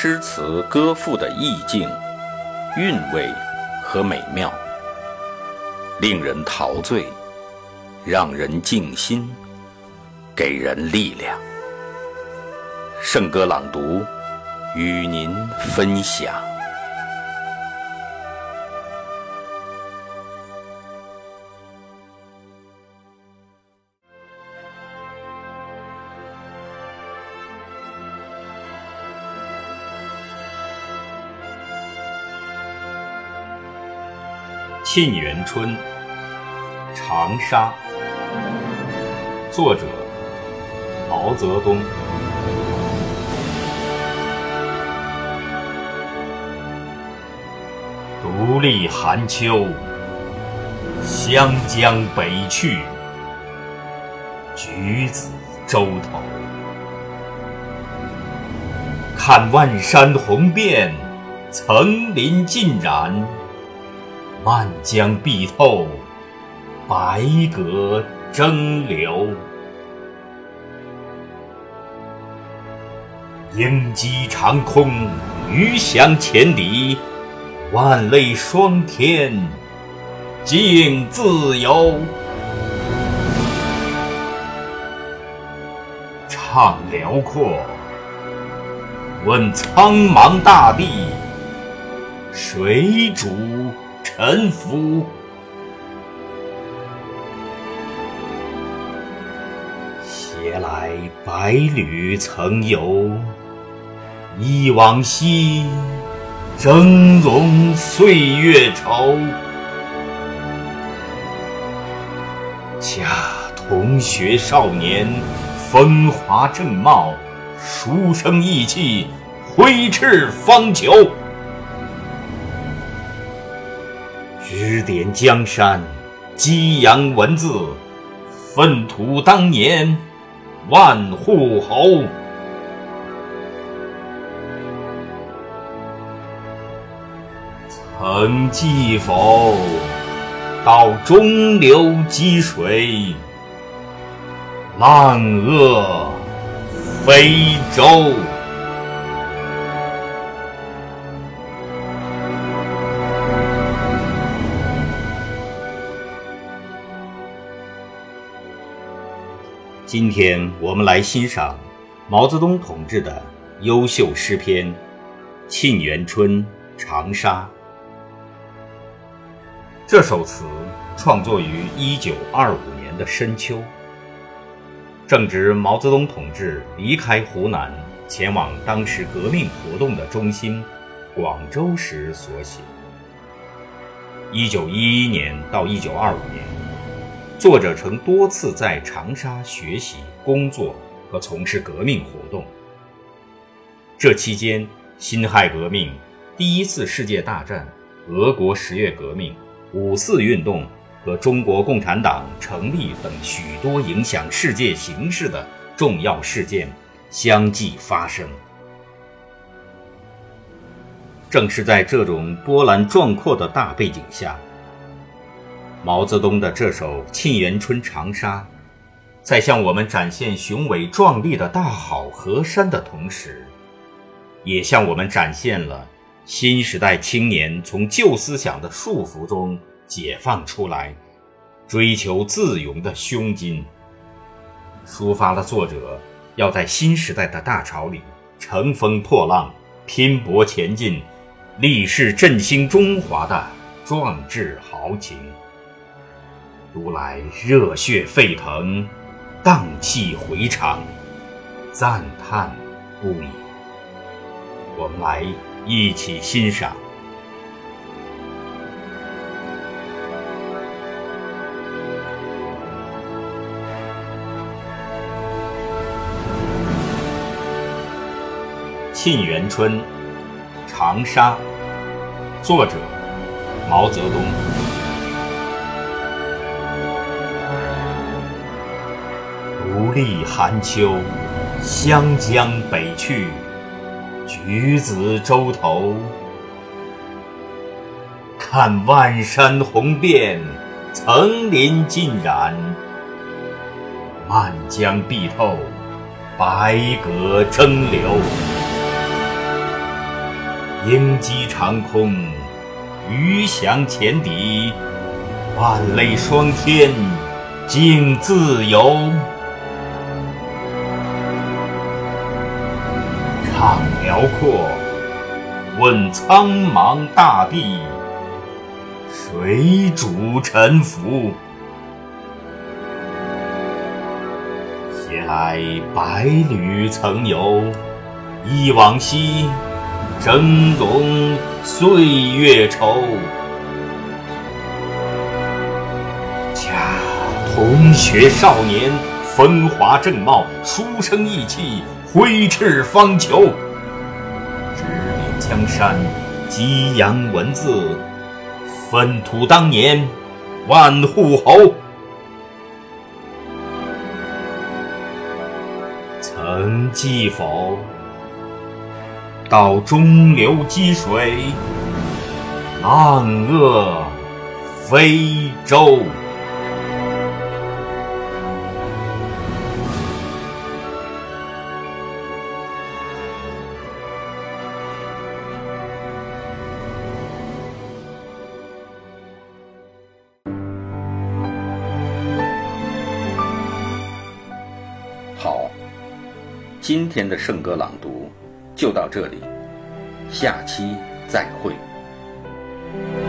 诗词歌赋的意境、韵味和美妙，令人陶醉，让人静心，给人力量。圣歌朗读与您分享。沁园春·长沙，作者毛泽东。独立寒秋，湘江北去，举子洲头。看万山红遍，层林尽染，漫江碧透，白阁争流。鹰击长空，鱼翔浅底，万类霜天，竞自由。怅辽阔，问苍茫大地，谁主沉浮？携来百侣曾游，忆往昔，峥嵘岁月稠。恰同学少年，风华正茂，书生意气，挥斥方遒。指点江山，激扬文字，粪土当年，万户侯。曾记否？到中流击水，浪遏飞舟。今天我们来欣赏毛泽东同志的优秀诗篇《沁园春·长沙》。这首词创作于1925年的深秋，正值毛泽东同志离开湖南，前往当时革命活动的中心广州时所写。1911年到1925年，作者曾多次在长沙学习、工作和从事革命活动。这期间，辛亥革命、第一次世界大战、俄国10月革命、五四运动和中国共产党成立等许多影响世界形势的重要事件相继发生。正是在这种波澜壮阔的大背景下，毛泽东的这首《沁园春·长沙》在向我们展现雄伟壮丽的大好河山的同时，也向我们展现了新时代青年从旧思想的束缚中解放出来，追求自由的胸襟，抒发了作者要在新时代的大潮里乘风破浪，拼搏前进，立誓振兴中华的壮志豪情。读来热血沸腾，荡气回肠，赞叹不已。我们来一起欣赏。《沁园春·长沙》，作者毛泽东。独立寒秋，湘江北去，举子洲头。看万山红遍，层林尽染，漫江碧透，白阁争流。 鹰击长空，鱼翔浅底，万类霜天，竟自由。畅辽阔，问苍茫大地，谁主沉浮？写来百侣曾游，忆往昔，峥嵘岁月稠。同学少年，风华正茂，书生意气，挥斥方遒。指点江山，激扬文字，粪土当年万户侯。曾记否？到中流击水，浪遏飞舟。 好，今天的圣歌朗读就到这里，下期再会。